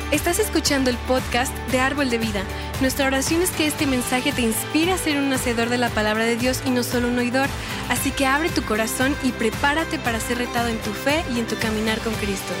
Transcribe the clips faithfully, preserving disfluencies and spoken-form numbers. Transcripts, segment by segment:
Estás escuchando el podcast de Árbol de Vida. Nuestra oración es que este mensaje te inspire a ser un hacedor de la palabra de Dios y no solo un oidor. Así que abre tu corazón y prepárate para ser retado en tu fe y en tu caminar con Cristo.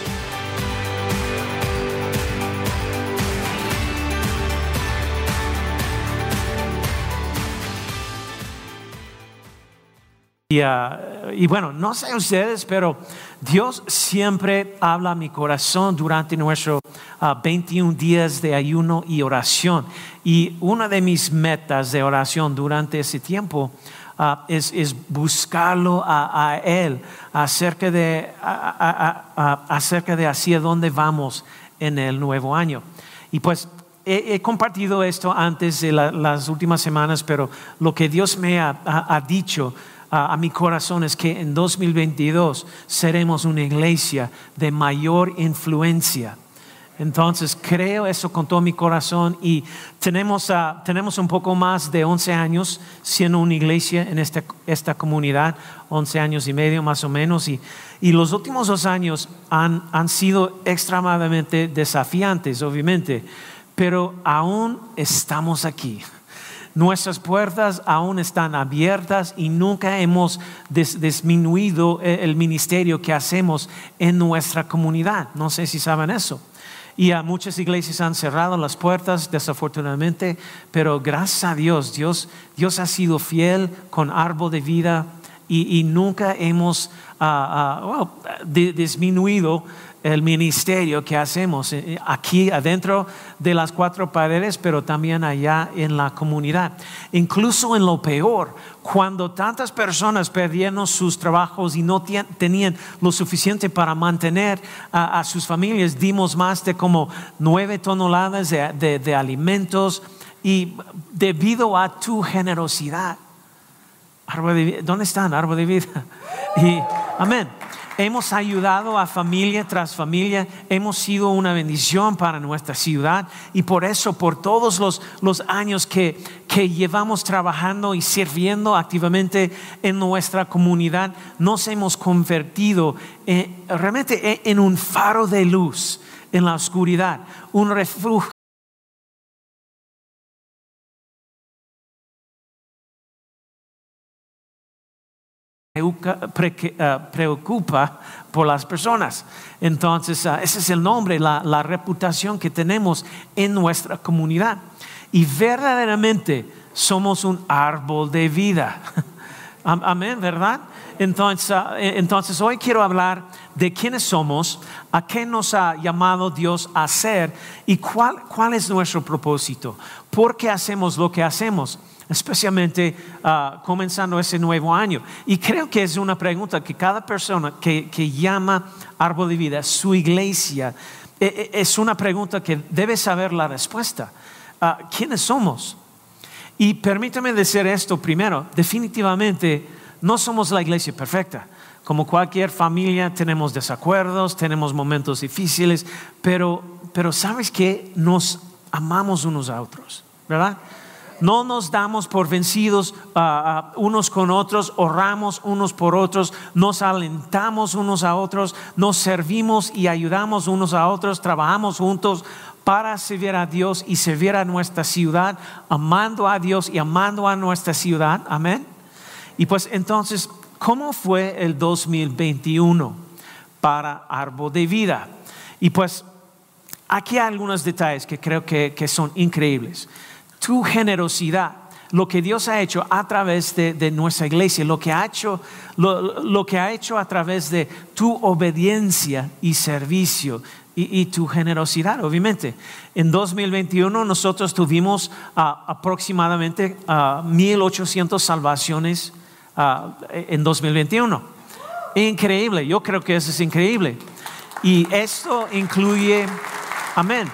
Y, uh, y bueno, no sé ustedes, pero Dios siempre habla a mi corazón durante nuestros uh, veintiún días de ayuno y oración. Y una de mis metas de oración durante ese tiempo uh, es, es buscarlo a, a Él acerca de, a, a, a, acerca de hacia dónde vamos en el nuevo año. Y pues he, he compartido esto antes de la, las últimas semanas, pero lo que Dios me ha, ha, ha dicho a mi corazón es que en dos mil veintidós seremos una iglesia de mayor influencia. Entonces creo eso con todo mi corazón y tenemos, uh, tenemos un poco más de once años siendo una iglesia en esta, esta comunidad, once años y medio más o menos, y, y los últimos dos años han, han sido extremadamente desafiantes, obviamente, pero aún estamos aquí. Nuestras puertas aún están abiertas y nunca hemos des- disminuido el ministerio que hacemos en nuestra comunidad. No sé si saben eso. Y a muchas iglesias han cerrado las puertas, desafortunadamente, pero gracias a Dios, Dios, Dios ha sido fiel con Árbol de Vida y, y nunca hemos uh, uh, well, de- disminuido el ministerio que hacemos aquí adentro de las cuatro paredes, pero también allá en la comunidad. Incluso en lo peor, cuando tantas personas perdieron sus trabajos y no t- tenían lo suficiente para mantener a, a sus familias, dimos más de como nueve toneladas de, de, de alimentos y debido a tu generosidad. Árbol de Vida, ¿dónde están? Árbol de Vida. Y amén. Hemos ayudado a familia tras familia, hemos sido una bendición para nuestra ciudad y por eso, por todos los, los años que, que llevamos trabajando y sirviendo activamente en nuestra comunidad, nos hemos convertido en, realmente en, en un faro de luz en la oscuridad, un refugio. Preocupa por las personas. Entonces uh, ese es el nombre, la, la reputación que tenemos en nuestra comunidad y verdaderamente somos un árbol de vida. Amén, ¿verdad? Entonces, uh, entonces hoy quiero hablar de quiénes somos, a qué nos ha llamado Dios a hacer y cuál, cuál es nuestro propósito, por qué hacemos lo que hacemos, especialmente uh, comenzando ese nuevo año. Y creo que es una pregunta que cada persona que, que llama Árbol de Vida, su iglesia, eh, es una pregunta que debe saber la respuesta. Uh, ¿Quiénes somos? Y permítame decir esto primero, definitivamente no somos la iglesia perfecta. Como cualquier familia tenemos desacuerdos, tenemos momentos difíciles, pero, pero ¿sabes qué? Nos amamos unos a otros, ¿verdad? No nos damos por vencidos uh, uh, unos con otros, oramos unos por otros, nos alentamos unos a otros, nos servimos y ayudamos unos a otros, trabajamos juntos para servir a Dios y servir a nuestra ciudad, amando a Dios y amando a nuestra ciudad. Amén. Y pues entonces, ¿cómo fue el dos mil veintiuno para Árbol de Vida? Y pues aquí hay algunos detalles que creo que, que son increíbles. Tu generosidad, lo que Dios ha hecho a través de, de nuestra iglesia, lo que ha hecho, lo, lo que ha hecho a través de tu obediencia y servicio y, y tu generosidad, obviamente. En dos mil veintiuno nosotros tuvimos uh, aproximadamente uh, mil ochocientas salvaciones uh, en dos mil veintiuno. Increíble, yo creo que eso es increíble. Y esto incluye, amén.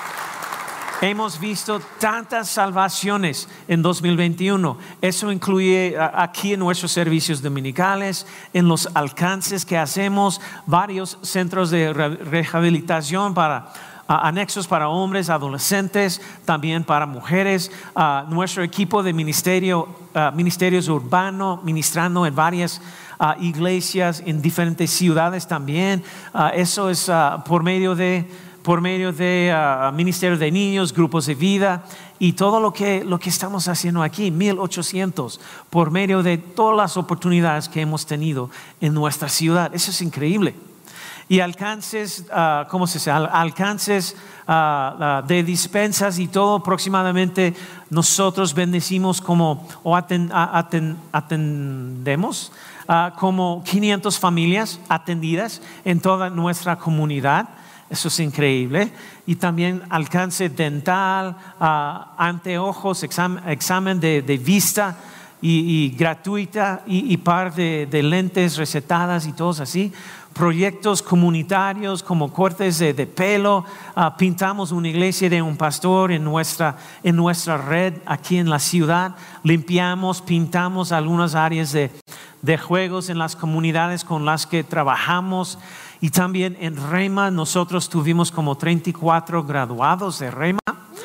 Hemos visto tantas salvaciones en dos mil veintiuno. Eso incluye aquí en nuestros servicios dominicales, en los alcances que hacemos, varios centros de rehabilitación para uh, anexos para hombres, adolescentes, también para mujeres. Uh, nuestro equipo de ministerio, uh, ministerios urbanos, ministrando en varias uh, iglesias en diferentes ciudades también. Uh, eso es uh, por medio de por medio de uh, Ministerio de Niños, grupos de vida y todo lo que, lo que estamos haciendo aquí, mil ochocientos, por medio de todas las oportunidades que hemos tenido en nuestra ciudad. Eso es increíble. Y alcances, uh, ¿cómo se dice? Al, alcances uh, uh, de dispensas y todo, aproximadamente nosotros bendecimos como, o aten, aten, atendemos uh, como quinientas familias atendidas en toda nuestra comunidad. Eso es increíble. Y también alcance dental, uh, anteojos, examen, examen de, de vista y, y gratuita y, y par de, de lentes recetadas y todos así. Proyectos comunitarios como cortes de, de pelo, uh, pintamos una iglesia de un pastor en nuestra, en nuestra red aquí en la ciudad, limpiamos, pintamos algunas áreas de, de juegos en las comunidades con las que trabajamos. Y también en Rema nosotros tuvimos como treinta y cuatro graduados de Rema.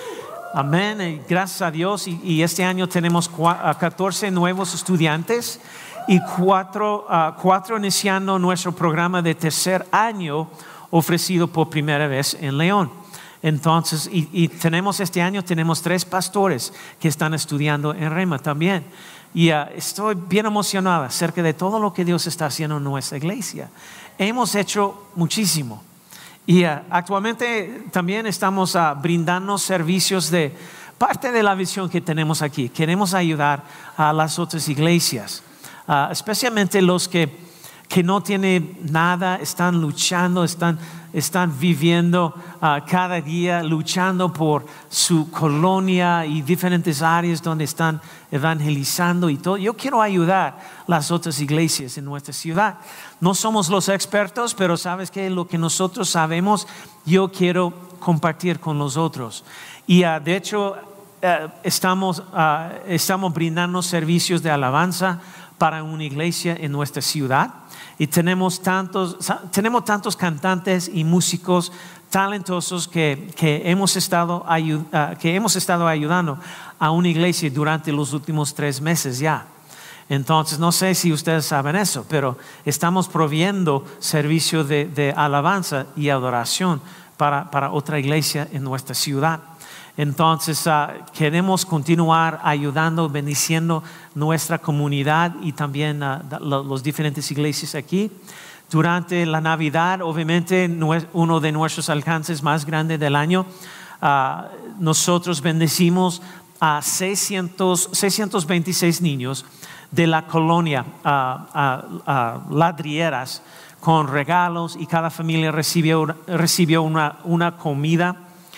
Amén, y gracias a Dios. Y, y este año tenemos catorce nuevos estudiantes y cuatro, uh, cuatro iniciando nuestro programa de tercer año ofrecido por primera vez en León. Entonces, y, y tenemos este año, tenemos tres pastores que están estudiando en Rema también. Y uh, estoy bien emocionada acerca de todo lo que Dios está haciendo en nuestra iglesia. Hemos hecho muchísimo. Y uh, actualmente también estamos uh, brindando servicios de parte de la visión que tenemos aquí. Queremos ayudar a las otras iglesias. Uh, especialmente los que, que no tienen nada, están luchando, están, están viviendo uh, cada día, luchando por su colonia y diferentes áreas donde están evangelizando y todo. Yo quiero ayudar a las otras iglesias en nuestra ciudad. No somos los expertos, pero sabes que lo que nosotros sabemos, yo quiero compartir con los otros. Y uh, de hecho, uh, estamos, uh, estamos brindando servicios de alabanza para una iglesia en nuestra ciudad y tenemos tantos, tenemos tantos cantantes y músicos talentosos que, que, hemos estado ayud, uh, que hemos estado ayudando a una iglesia durante los últimos tres meses ya. Entonces no sé si ustedes saben eso, pero estamos proviendo servicio de, de alabanza y adoración para, para otra iglesia en nuestra ciudad. Entonces uh, queremos continuar ayudando, bendiciendo nuestra comunidad y también uh, las diferentes iglesias aquí. Durante la Navidad, obviamente uno de nuestros alcances más grandes del año, uh, nosotros bendecimos a seiscientos, seiscientos veintiséis niños de la colonia uh, uh, uh, Ladrilleras con regalos y cada familia recibió, recibió una, una comida.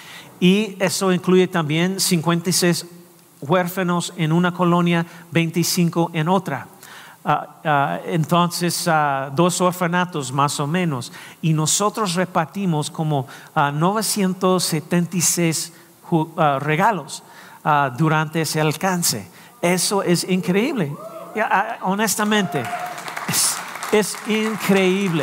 Y eso incluye también cincuenta y seis huérfanos en una colonia, veinticinco en otra. Uh, uh, entonces, uh, dos orfanatos más o menos. Y nosotros repartimos como uh, novecientos setenta y seis uh, regalos uh, durante ese alcance. Eso es increíble. Uh, honestamente, es, es increíble.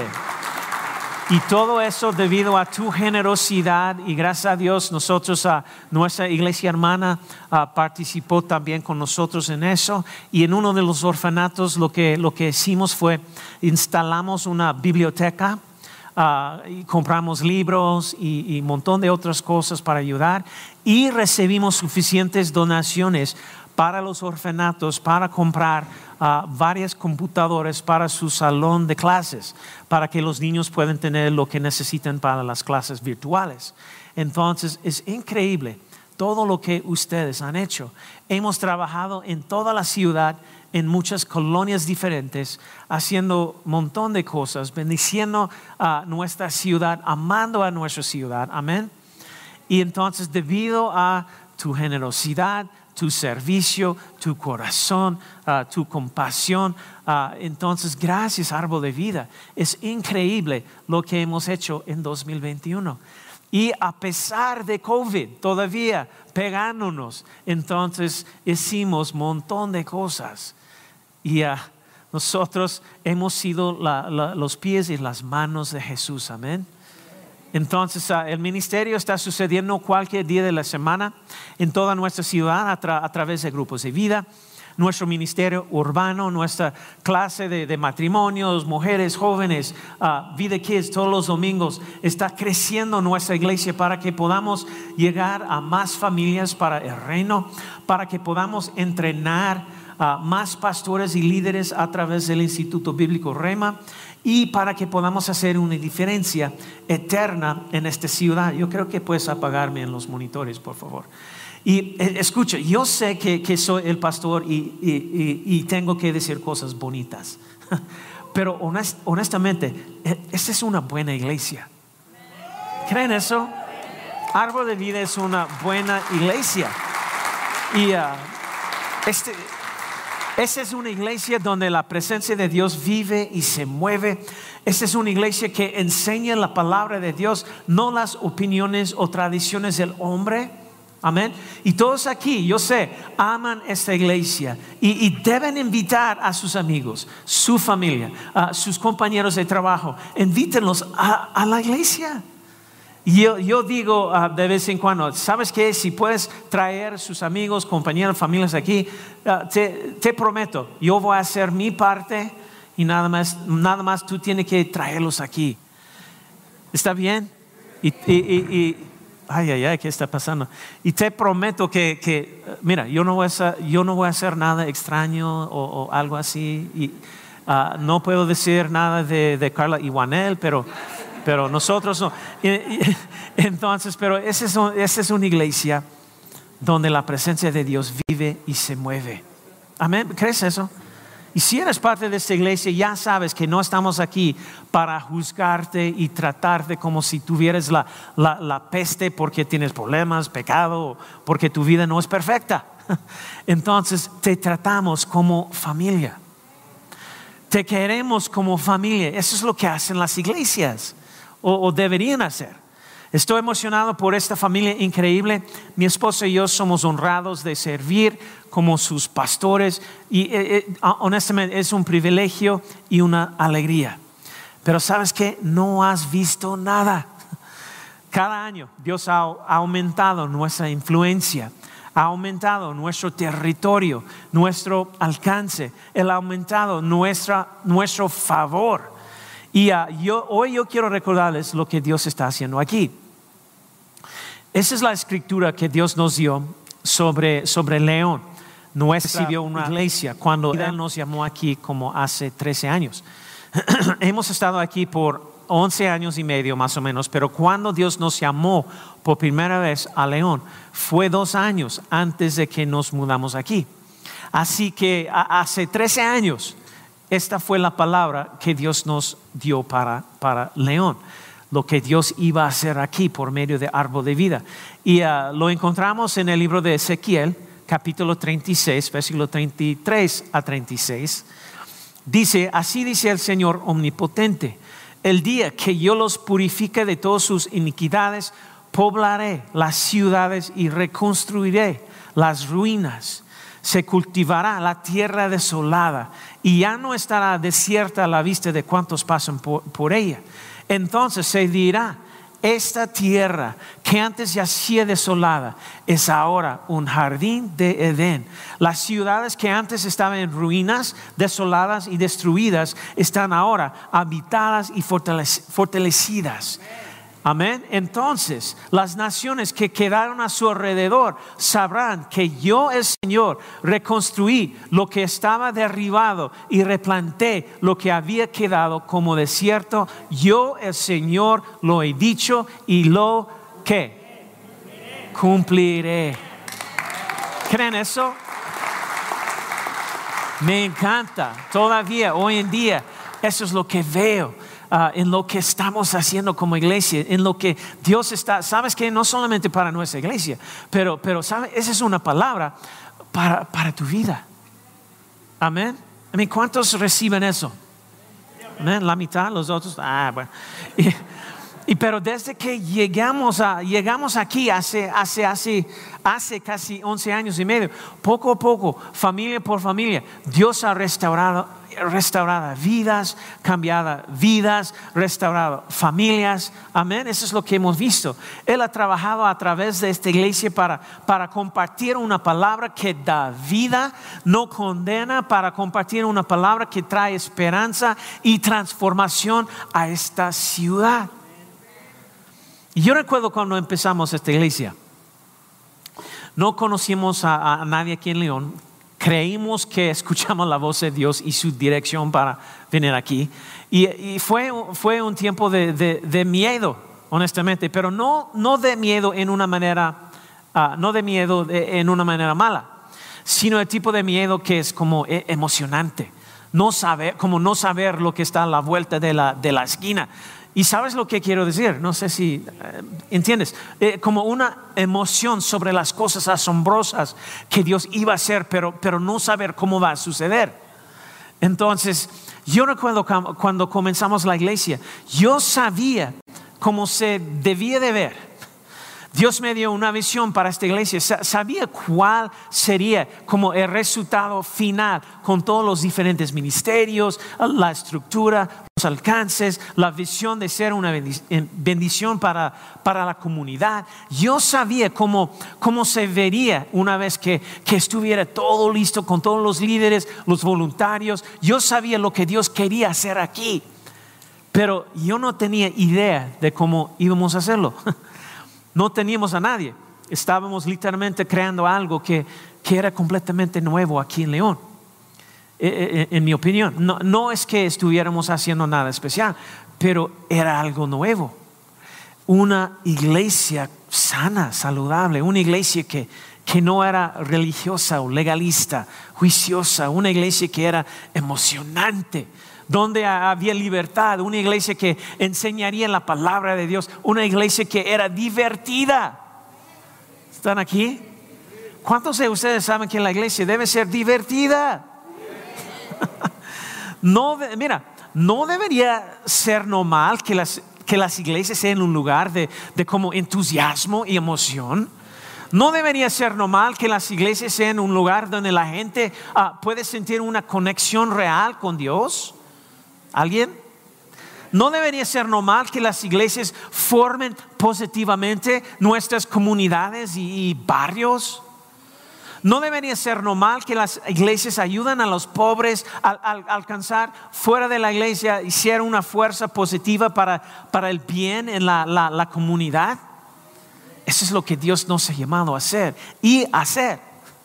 Y todo eso debido a tu generosidad y gracias a Dios nosotros, uh, nuestra iglesia hermana uh, participó también con nosotros en eso y en uno de los orfanatos lo que, lo que hicimos fue instalamos una biblioteca uh, y compramos libros y un montón de otras cosas para ayudar y recibimos suficientes donaciones para los orfanatos para comprar uh, varias computadoras para su salón de clases, para que los niños puedan tener lo que necesitan para las clases virtuales. Entonces es increíble todo lo que ustedes han hecho. Hemos trabajado en toda la ciudad, en muchas colonias diferentes, haciendo un montón de cosas, bendiciendo a uh, nuestra ciudad, amando a nuestra ciudad. Amén. Y entonces debido a tu generosidad, tu servicio, tu corazón, uh, tu compasión. Uh, entonces, gracias, Árbol de Vida. Es increíble lo que hemos hecho en dos mil veintiuno. Y a pesar de COVID, todavía pegándonos, entonces hicimos un montón de cosas. Y uh, nosotros hemos sido la, la, los pies y las manos de Jesús. Amén. Entonces uh, el ministerio está sucediendo cualquier día de la semana en toda nuestra ciudad a, tra- a través de grupos de vida. nuestro ministerio urbano, nuestra clase de, de matrimonios, mujeres, jóvenes, uh, Vida Kids todos los domingos. Está creciendo nuestra iglesia para que podamos llegar a más familias para el reino, para que podamos entrenar uh, más pastores y líderes a través del Instituto Bíblico Rema, y para que podamos hacer una diferencia eterna en esta ciudad. Yo creo que puedes apagarme en los monitores, por favor. Y eh, escucha, yo sé que, que soy el pastor y, y, y, y tengo que decir cosas bonitas, pero honest, honestamente, esta es una buena iglesia. ¿Creen eso? Árbol de Vida es una buena iglesia. Y uh, este... Esta es una iglesia donde la presencia de Dios vive y se mueve. Esta es una iglesia que enseña la palabra de Dios, no las opiniones o tradiciones del hombre. Amén. Y todos aquí, yo sé, aman esta iglesia y, y deben invitar a sus amigos, su familia, a sus compañeros de trabajo. Invítenlos a, a la iglesia. Yo, yo digo uh, de vez en cuando, ¿sabes qué? Si puedes traer sus amigos, compañeros, familias aquí, uh, te, te prometo, yo voy a hacer mi parte y nada más, nada más tú tienes que traerlos aquí. ¿Está bien? Y, y, y, y ay, ay, ay, ¿qué está pasando? Y te prometo que, que mira, yo no voy a hacer, yo no voy a hacer nada extraño o, o algo así. Y, uh, no puedo decir nada de, de Carla y Juanel, pero... pero nosotros no. Entonces, pero esa es, esa es una iglesia donde la presencia de Dios vive y se mueve. Amén. ¿Crees eso? Y si eres parte de esta iglesia, ya sabes que no estamos aquí para juzgarte y tratarte como si tuvieras la, la, la peste porque tienes problemas, pecado, porque tu vida no es perfecta. Entonces te tratamos como familia. Te queremos como familia. Eso es lo que hacen las iglesias. O, o deberían hacer. Estoy emocionado por esta familia increíble. Mi esposa y yo somos honrados de servir como sus pastores y eh, eh, honestamente es un privilegio y una alegría. Pero ¿sabes qué? No has visto nada. Cada año Dios ha, ha aumentado nuestra influencia, ha aumentado nuestro territorio, nuestro alcance, Él ha aumentado nuestra, nuestro favor. Y uh, yo, hoy yo quiero recordarles lo que Dios está haciendo aquí. Esa es la escritura que Dios nos dio sobre, sobre León. No recibió una iglesia cuando Él nos llamó aquí como hace trece años. Hemos estado aquí por once años y medio más o menos, pero cuando Dios nos llamó por primera vez a León fue dos años antes de que nos mudamos aquí. Así que a, hace trece años esta fue la palabra que Dios nos dio para, para León, lo que Dios iba a hacer aquí por medio de Árbol de Vida. Y uh, lo encontramos en el libro de Ezequiel, capítulo treinta y seis, versículo treinta y tres a treinta y seis. Dice, así dice el Señor omnipotente, el día que yo los purifique de todas sus iniquidades, poblaré las ciudades y reconstruiré las ruinas. Se cultivará la tierra desolada y ya no estará desierta a la vista de cuantos pasan por, por ella. Entonces se dirá, esta tierra que antes yacía desolada es ahora un jardín de Edén. Las ciudades que antes estaban en ruinas, desoladas y destruidas, están ahora habitadas y fortalecidas. Amén. Entonces las naciones que quedaron a su alrededor sabrán que yo, el Señor, reconstruí lo que estaba derribado y replanté lo que había quedado como desierto. Yo, el Señor, lo he dicho y lo ¿qué? Cumpliré. ¿Creen eso? Me encanta. Todavía hoy en día eso es lo que veo. Uh, en lo que estamos haciendo como iglesia, en lo que Dios está, sabes que no solamente para nuestra iglesia, pero, pero sabes, esa es una palabra para, para tu vida. Amén. I mean, ¿cuántos reciben eso? Amén. La mitad, los otros. Ah, bueno. Y, Y pero desde que llegamos, a, llegamos aquí hace, hace, hace, hace casi once años y medio, poco a poco, familia por familia, Dios ha restaurado, restaurado vidas, cambiado vidas, restaurado familias. Amén. Eso es lo que hemos visto. Él ha trabajado a través de esta iglesia para, para compartir una palabra que da vida, no condena, para compartir una palabra que trae esperanza y transformación a esta ciudad. Y yo recuerdo cuando empezamos esta iglesia, no conocíamos a, a nadie aquí en León, creímos que escuchamos la voz de Dios y su dirección para venir aquí. Y, y fue, fue un tiempo de, de, de miedo, honestamente, pero no, no de miedo en una manera, uh, no de miedo de, en una manera mala, sino el tipo de miedo que es como eh, emocionante, no saber, como no saber lo que está a la vuelta de la, de la esquina. Y sabes lo que quiero decir, no sé si eh, entiendes, eh, como una emoción sobre las cosas asombrosas que Dios iba a hacer, pero, pero no saber cómo va a suceder. Entonces, yo recuerdo cuando comenzamos la iglesia, yo sabía cómo se debía de ver. Dios me dio una visión para esta iglesia. Sabía cuál sería como el resultado final con todos los diferentes ministerios, la estructura, los alcances, la visión de ser una bendición para, para la comunidad. Yo sabía cómo, cómo se vería una vez que, que estuviera todo listo con todos los líderes, los voluntarios. Yo sabía lo que Dios quería hacer aquí, pero yo no tenía idea de cómo íbamos a hacerlo. No teníamos a nadie. Estábamos literalmente creando algo que, que era completamente nuevo aquí en León. En, en mi opinión, no, no es que estuviéramos haciendo nada especial, pero era algo nuevo. Una iglesia sana, saludable, una iglesia que, que no era religiosa o legalista, juiciosa, una iglesia que era emocionante, donde había libertad, una iglesia que enseñaría la palabra de Dios, una iglesia que era divertida. ¿Están aquí? ¿Cuántos de ustedes saben que la iglesia debe ser divertida? No, mira, no debería ser normal que las, que las iglesias sean un lugar de, de como entusiasmo y emoción. No debería ser normal que las iglesias sean un lugar donde la gente uh, puede sentir una conexión real con Dios. ¿Alguien? No debería ser normal que las iglesias formen positivamente nuestras comunidades y, y barrios. No debería ser normal que las iglesias ayuden a los pobres a, a, a alcanzar fuera de la iglesia y ser una fuerza positiva para, para el bien en la, la, la comunidad. Eso es lo que Dios nos ha llamado a hacer y hacer.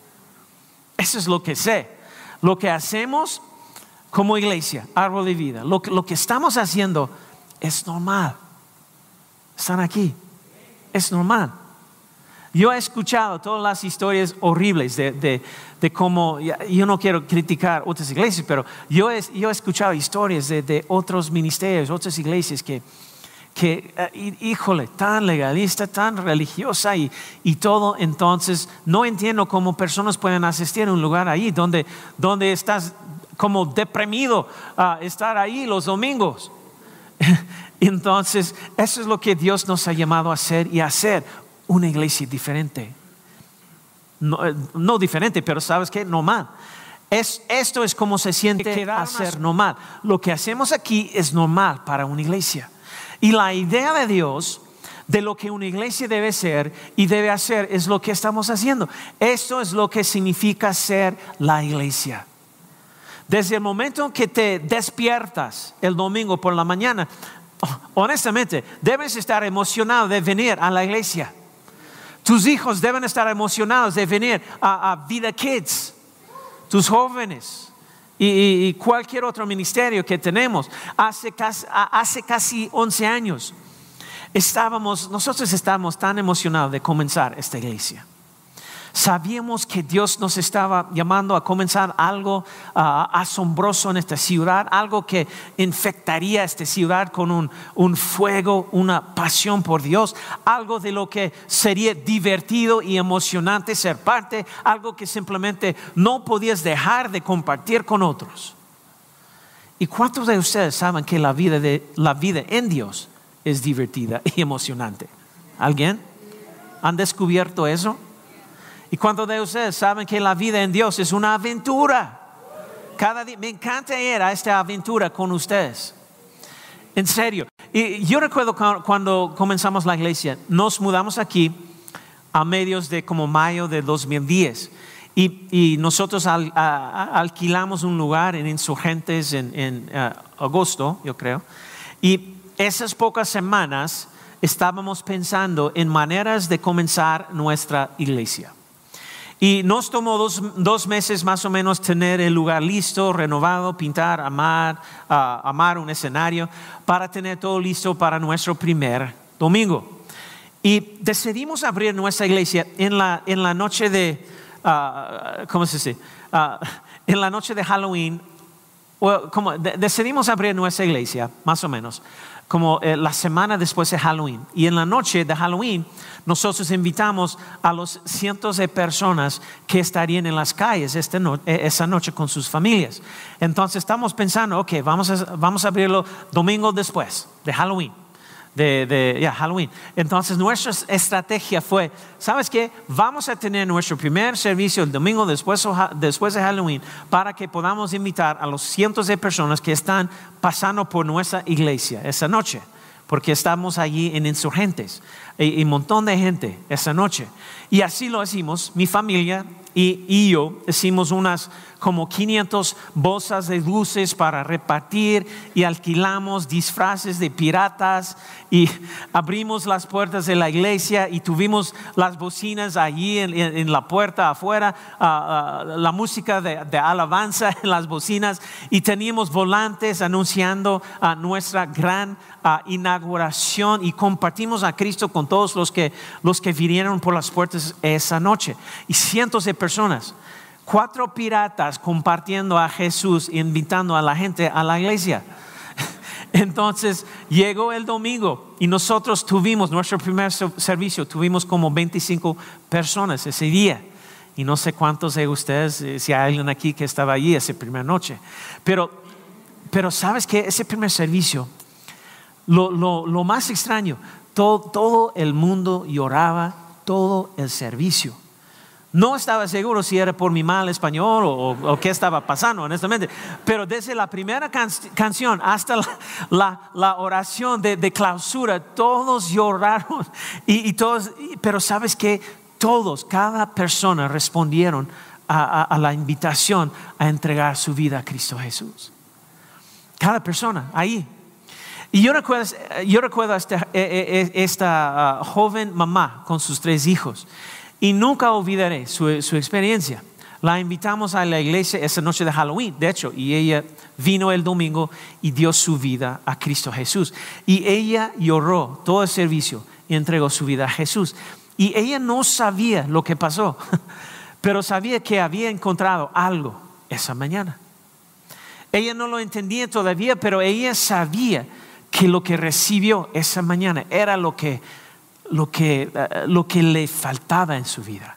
Eso es lo que sé. Lo que hacemos como iglesia, Árbol de Vida, lo, lo que estamos haciendo es normal. Están aquí. Es normal. Yo he escuchado todas las historias horribles de, de, de cómo, yo no quiero criticar otras iglesias, pero yo he, yo he escuchado historias de, de otros ministerios, otras iglesias que, que híjole, tan legalista, tan religiosa y, y todo. Entonces no entiendo cómo personas pueden asistir a un lugar ahí donde, donde estás como deprimido a uh, estar ahí los domingos. Entonces eso es lo que Dios nos ha llamado a hacer y a hacer una iglesia diferente. No, no diferente, pero ¿sabes qué? Normal. Es, esto es como se siente hacer normal. Lo que hacemos aquí es normal para una iglesia. Y la idea de Dios de lo que una iglesia debe ser y debe hacer es lo que estamos haciendo. Esto es lo que significa ser la iglesia. Desde el momento que te despiertas el domingo por la mañana, honestamente, debes estar emocionado de venir a la iglesia. Tus hijos deben estar emocionados de venir a, a Vida Kids. Tus jóvenes y, y, y cualquier otro ministerio que tenemos. Hace casi, hace casi once años estábamos, nosotros estábamos tan emocionados de comenzar esta iglesia. Sabíamos que Dios nos estaba llamando a comenzar algo uh, asombroso en esta ciudad, algo que infectaría esta ciudad con un, un fuego, una pasión por Dios, algo de lo que sería divertido y emocionante ser parte, algo que simplemente no podías dejar de compartir con otros. ¿Y cuántos de ustedes saben que la vida, de, la vida en Dios es divertida y emocionante. ¿Alguien? ¿Han descubierto eso? ¿Y cuántos de ustedes saben que la vida en Dios es una aventura? Cada día, me encanta ir a esta aventura con ustedes. En serio. Y yo recuerdo cuando comenzamos la iglesia, nos mudamos aquí a medios de como mayo de dos mil diez. Y, y nosotros al, a, a, alquilamos un lugar en Insurgentes en, en uh, agosto, yo creo. Y esas pocas semanas estábamos pensando en maneras de comenzar nuestra iglesia. Y nos tomó dos, dos meses más o menos tener el lugar listo, renovado, pintar, amar, uh, amar un escenario para tener todo listo para nuestro primer domingo. Y decidimos abrir nuestra iglesia en la, en la noche de, uh, ¿cómo se dice? Uh, en la noche de Halloween. Well, como de, decidimos abrir nuestra iglesia, más o menos, como eh, la semana después de Halloween. Y en la noche de Halloween, nosotros invitamos a los cientos de personas que estarían en las calles esta no, esa noche con sus familias. Entonces estamos pensando, ok, vamos a, vamos a abrirlo domingo después de Halloween. De, de yeah, Halloween. Entonces nuestra estrategia fue, ¿sabes qué? Vamos a tener nuestro primer servicio el domingo después, después de Halloween para que podamos invitar a los cientos de personas que están pasando por nuestra iglesia esa noche, porque estamos allí en Insurgentes y un montón de gente esa noche. Y así lo hicimos, mi familia y, y yo hicimos unas como quinientas bolsas de luces para repartir y alquilamos disfraces de piratas y abrimos las puertas de la iglesia y tuvimos las bocinas allí en, en, en la puerta afuera, uh, uh, la música de, de alabanza en las bocinas y teníamos volantes anunciando uh, nuestra gran uh, inauguración y compartimos a Cristo con todos los que, los que vinieron por las puertas esa noche y cientos de personas. Cuatro piratas compartiendo a Jesús, invitando a la gente a la iglesia. Entonces llegó el domingo y nosotros tuvimos nuestro primer servicio, tuvimos como veinticinco personas ese día. Y no sé cuántos de ustedes, si hay alguien aquí que estaba allí esa primera noche. Pero, pero sabes que ese primer servicio, lo, lo, lo más extraño, todo, todo el mundo lloraba todo el servicio. No estaba seguro si era por mi mal español o, o qué estaba pasando, honestamente. Pero desde la primera can- canción hasta la, la, la oración de, de clausura, todos lloraron. Y, y todos, y, pero sabes que todos, cada persona respondieron a, a, a la invitación a entregar su vida a Cristo Jesús. Cada persona ahí. Y yo recuerdo, yo recuerdo a esta, esta uh, joven mamá con sus tres hijos. Y nunca olvidaré su, su experiencia. La invitamos a la iglesia esa noche de Halloween, de hecho, y ella vino el domingo y dio su vida a Cristo Jesús. Y ella lloró todo el servicio y entregó su vida a Jesús. Y ella no sabía lo que pasó, pero sabía que había encontrado algo esa mañana. Ella no lo entendía todavía, pero ella sabía que lo que recibió esa mañana era lo que Lo que, uh, lo que le faltaba en su vida.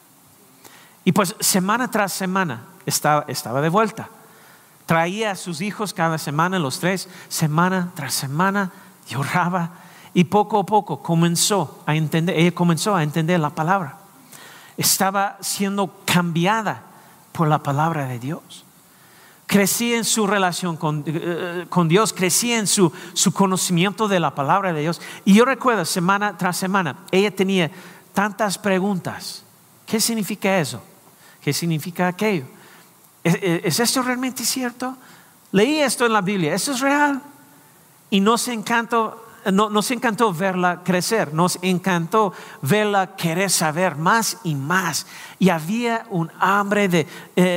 Y pues semana tras semana estaba, estaba de vuelta. Traía a sus hijos cada semana, los tres, semana tras semana, lloraba. Y poco a poco comenzó a entender, ella comenzó a entender la palabra. Estaba siendo cambiada por la palabra de Dios. Crecía en su relación con, uh, con Dios, crecía en su, su conocimiento de la palabra de Dios. Y yo recuerdo semana tras semana, ella tenía tantas preguntas. ¿Qué significa eso? ¿Qué significa aquello? ¿Es, es esto realmente cierto? Leí esto en la Biblia, ¿esto es real? Y nos encantó, no, nos encantó verla crecer, nos encantó verla querer saber más y más. Y había un hambre de,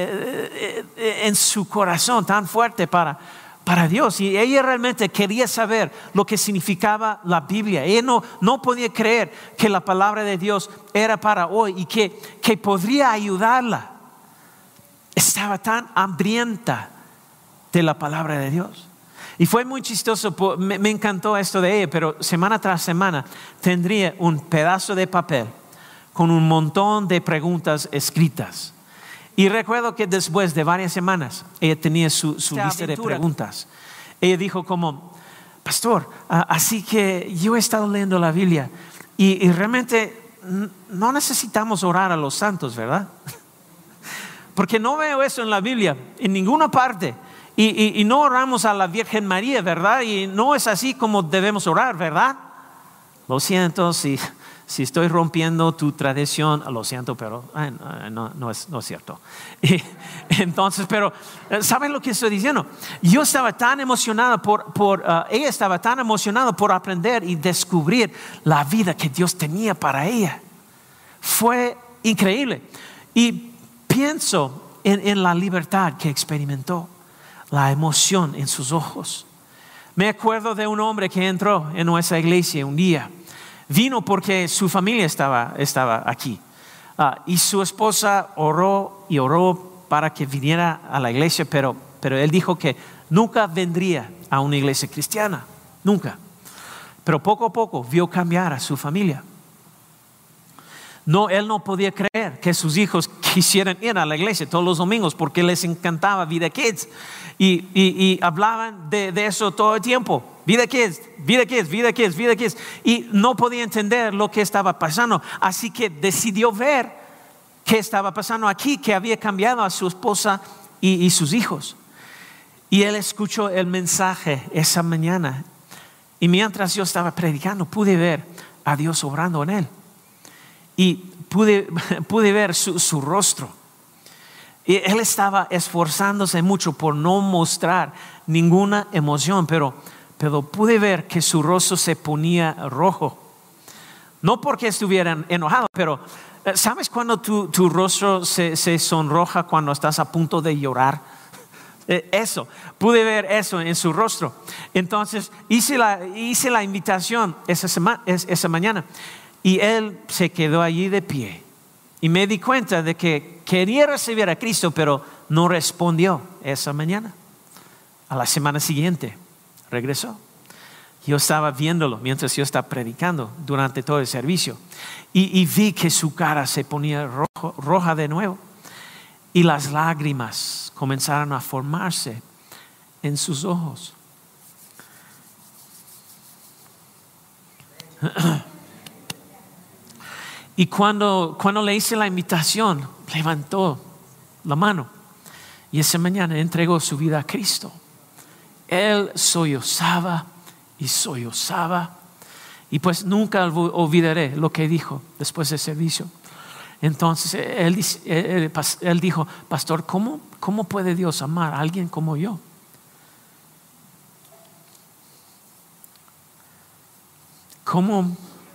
eh, eh, en su corazón tan fuerte para, para Dios. Y ella realmente quería saber lo que significaba la Biblia. Ella no, no podía creer que la palabra de Dios era para hoy y que, que podría ayudarla. Estaba tan hambrienta de la palabra de Dios. Y fue muy chistoso, me, me encantó esto de ella, pero semana tras semana tendría un pedazo de papel con un montón de preguntas escritas. Y recuerdo que después de varias semanas ella tenía su, su lista de preguntas. Ella dijo como, pastor, uh, así que yo he estado leyendo la Biblia y, y realmente no necesitamos orar a los santos, ¿verdad? Porque no veo eso en la Biblia, en ninguna parte. Y, y, y no oramos a la Virgen María, ¿verdad? Y no es así como debemos orar, ¿verdad? Lo siento si, si estoy rompiendo tu tradición, lo siento, pero ay, no, no, es, no es cierto. Y, entonces, pero ¿saben lo que estoy diciendo? Yo estaba tan emocionada por, por uh, ella estaba tan emocionada por aprender y descubrir la vida que Dios tenía para ella. Fue increíble. Y pienso en, en la libertad que experimentó, la emoción en sus ojos. Me acuerdo de un hombre que entró en nuestra iglesia un día. Vino porque su familia estaba, estaba aquí. Uh, y su esposa oró y oró para que viniera a la iglesia, pero, pero él dijo que nunca vendría a una iglesia cristiana. Nunca. Pero poco a poco vio cambiar a su familia. No, él no podía creer que sus hijos quisieran ir a la iglesia todos los domingos porque les encantaba Vida Kids. Y, y, y hablaban de, de eso todo el tiempo. Vida Kids, Vida Kids, Vida Kids, Vida Kids. Y no podía entender lo que estaba pasando. Así que decidió ver qué estaba pasando aquí, que había cambiado a su esposa y, y sus hijos. Y él escuchó el mensaje esa mañana. Y mientras yo estaba predicando, pude ver a Dios obrando en él. Y pude, pude ver su, su rostro. Y él estaba esforzándose mucho por no mostrar ninguna emoción, pero, pero pude ver que su rostro se ponía rojo. No porque estuviera enojado, pero ¿sabes cuando tu, tu rostro se, se sonroja cuando estás a punto de llorar? Eso, pude ver eso en su rostro. Entonces hice la, hice la invitación esa, sema, esa mañana. Y él se quedó allí de pie. Y me di cuenta de que quería recibir a Cristo, pero no respondió esa mañana. A la semana siguiente regresó. Yo estaba viéndolo mientras yo estaba predicando durante todo el servicio. Y, y vi que su cara se ponía rojo, roja de nuevo. Y las lágrimas comenzaron a formarse en sus ojos. Y cuando, cuando le hice la invitación, levantó la mano y esa mañana entregó su vida a Cristo. Él sollozaba y sollozaba. Y pues nunca olvidaré lo que dijo después del servicio. Entonces él, él, él dijo, pastor, ¿cómo, ¿cómo puede Dios amar a alguien como yo? ¿Cómo?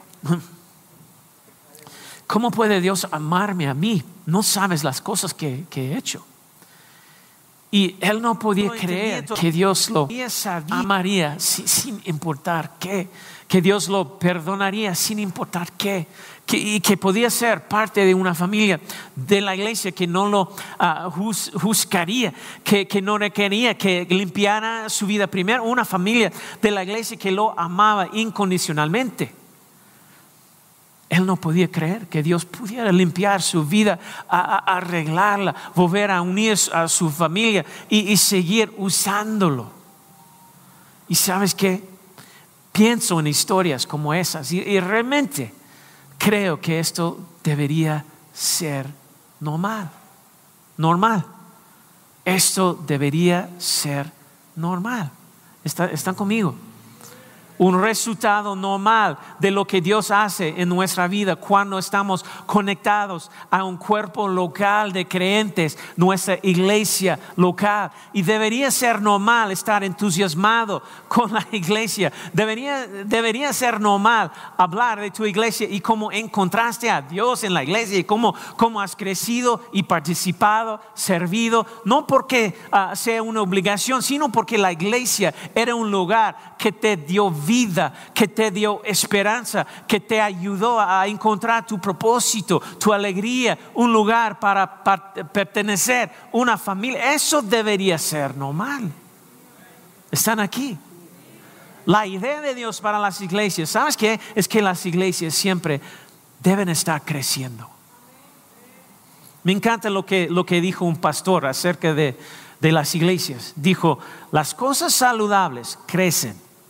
¿Cómo puede Dios amarme a mí? No sabes las cosas que, que he hecho. Y él no podía no creer que Dios lo amaría sin, sin importar qué, que Dios lo perdonaría sin importar qué, que, y que podía ser parte de una familia de la iglesia que no lo uh, juz, juzgaría, que, que no requería que limpiara su vida primero, una familia de la iglesia que lo amaba incondicionalmente. Él no podía creer que Dios pudiera limpiar su vida, a, a arreglarla, volver a unir a su familia y, y seguir usándolo. Y sabes qué, pienso en historias como esas y, y realmente creo que esto debería ser normal. Normal. Esto debería ser normal. ¿Está, ¿Están conmigo? Un resultado normal de lo que Dios hace en nuestra vida cuando estamos conectados a un cuerpo local de creyentes, nuestra iglesia local. Y debería ser normal estar entusiasmado con la iglesia. Debería, debería ser normal hablar de tu iglesia y cómo encontraste a Dios en la iglesia y cómo, cómo has crecido y participado, servido. No porque uh, sea una obligación, sino porque la iglesia era un lugar que te dio vida, que te dio esperanza, que te ayudó a encontrar tu propósito, tu alegría, un lugar para, para pertenecer, una familia. Eso debería ser normal. Están aquí. La idea de Dios para las iglesias, ¿sabes qué? Es que las iglesias siempre deben estar creciendo. Me encanta lo que, lo que dijo un pastor acerca de, de las iglesias. Dijo, las cosas saludables crecen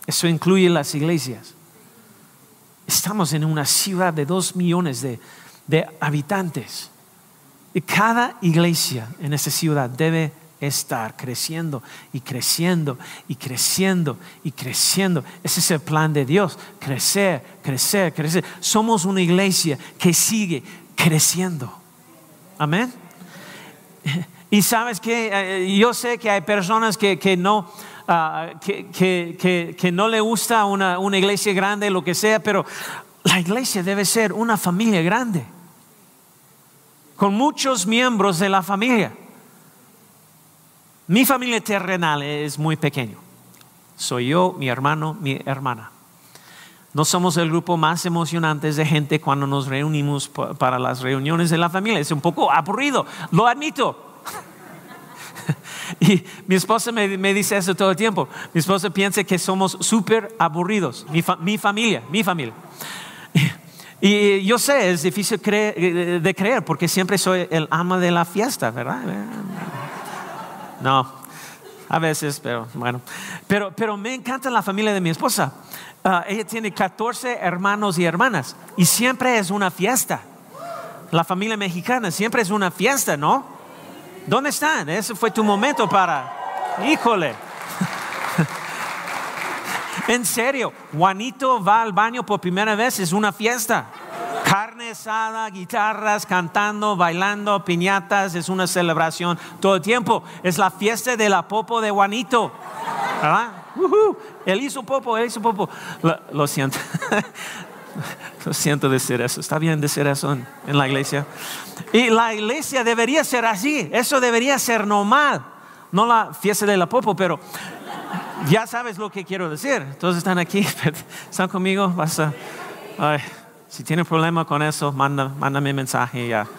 Eso incluye las iglesias. Estamos en una ciudad de dos millones de, de habitantes. Y cada iglesia en esa ciudad debe estar creciendo y creciendo y creciendo y creciendo. Ese es el plan de Dios. Crecer, crecer, crecer. Somos una iglesia que sigue creciendo. Amén. Y sabes que yo sé que hay personas que, que no uh, que, que, que, que no le gusta una, una iglesia grande, lo que sea, pero la iglesia debe ser una familia grande, con muchos miembros de la familia. Mi familia terrenal es muy pequeño. Soy yo, mi hermano, mi hermana. No somos el grupo más emocionante de gente cuando nos reunimos para las reuniones de la familia. Es un poco aburrido, lo admito. Y mi esposa me, me dice eso todo el tiempo. Mi esposa piensa que somos súper aburridos. Mi, fa, mi familia, mi familia. Y, y yo sé, es difícil creer, de creer porque siempre soy el ama de la fiesta, ¿verdad? No, a veces, pero bueno. Pero, pero me encanta la familia de mi esposa. Uh, ella tiene catorce hermanos y hermanas y siempre es una fiesta. La familia mexicana siempre es una fiesta, ¿no? ¿Dónde están? Ese fue tu momento para... Híjole. En serio, Juanito va al baño por primera vez, es una fiesta. Carne asada, guitarras, cantando, bailando, piñatas, es una celebración todo el tiempo. Es la fiesta de la popo de Juanito, ¿verdad? Uh-huh. Él hizo popo, él hizo popo. Lo, lo siento. Lo siento decir eso. Está bien decir eso en, en la iglesia. Y la iglesia debería ser así. Eso debería ser normal. No la fiesta de la popo, pero ya sabes lo que quiero decir. Todos están aquí, están conmigo. Vas a, ay, si tienen problema con eso, manda, mándame mensaje a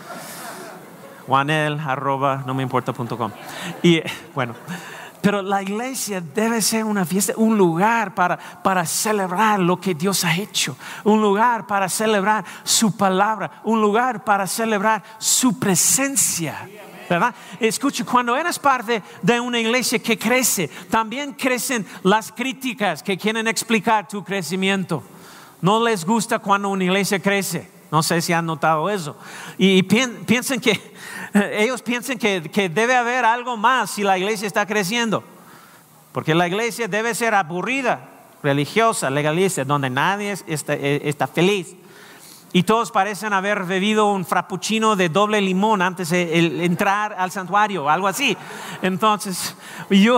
juanel arroba no me importa punto com. Y bueno, pero la iglesia debe ser una fiesta, un lugar para, para celebrar lo que Dios ha hecho, un lugar para celebrar su palabra, un lugar para celebrar su presencia, ¿verdad? Escucha, cuando eres parte de una iglesia que crece, también crecen las críticas que quieren explicar tu crecimiento. No les gusta cuando una iglesia crece. No sé si han notado eso. Y piensan que ellos piensan que, que debe haber algo más si la iglesia está creciendo. Porque la iglesia debe ser aburrida, religiosa, legalista, donde nadie está, está feliz. Y todos parecen haber bebido un frappuccino de doble limón antes de entrar al santuario, algo así. Entonces, yo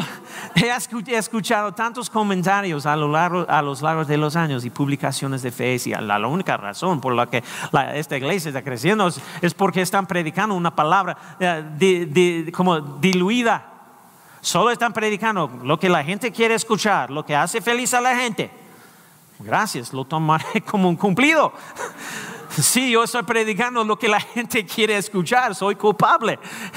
he escuchado tantos comentarios a lo largo, a los largos de los años y publicaciones de fe. Y la, la única razón por la que la, esta iglesia está creciendo es, es porque están predicando una palabra eh, de, de, como diluida. Solo están predicando lo que la gente quiere escuchar, lo que hace feliz a la gente. Gracias, lo tomaré como un cumplido. Sí, yo estoy predicando lo que la gente quiere escuchar, soy culpable.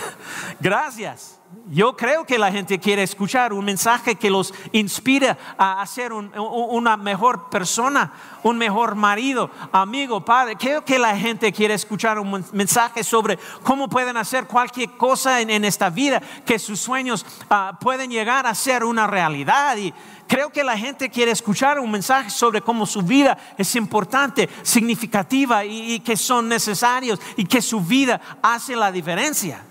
Gracias. Yo creo que la gente quiere escuchar un mensaje que los inspira a ser un, una mejor persona, un mejor marido, amigo, padre. Creo que la gente quiere escuchar un mensaje sobre cómo pueden hacer cualquier cosa en, en esta vida, que sus sueños uh, pueden llegar a ser una realidad. Y creo que la gente quiere escuchar un mensaje sobre cómo su vida es importante, significativa y, y que son necesarios y que su vida hace la diferencia.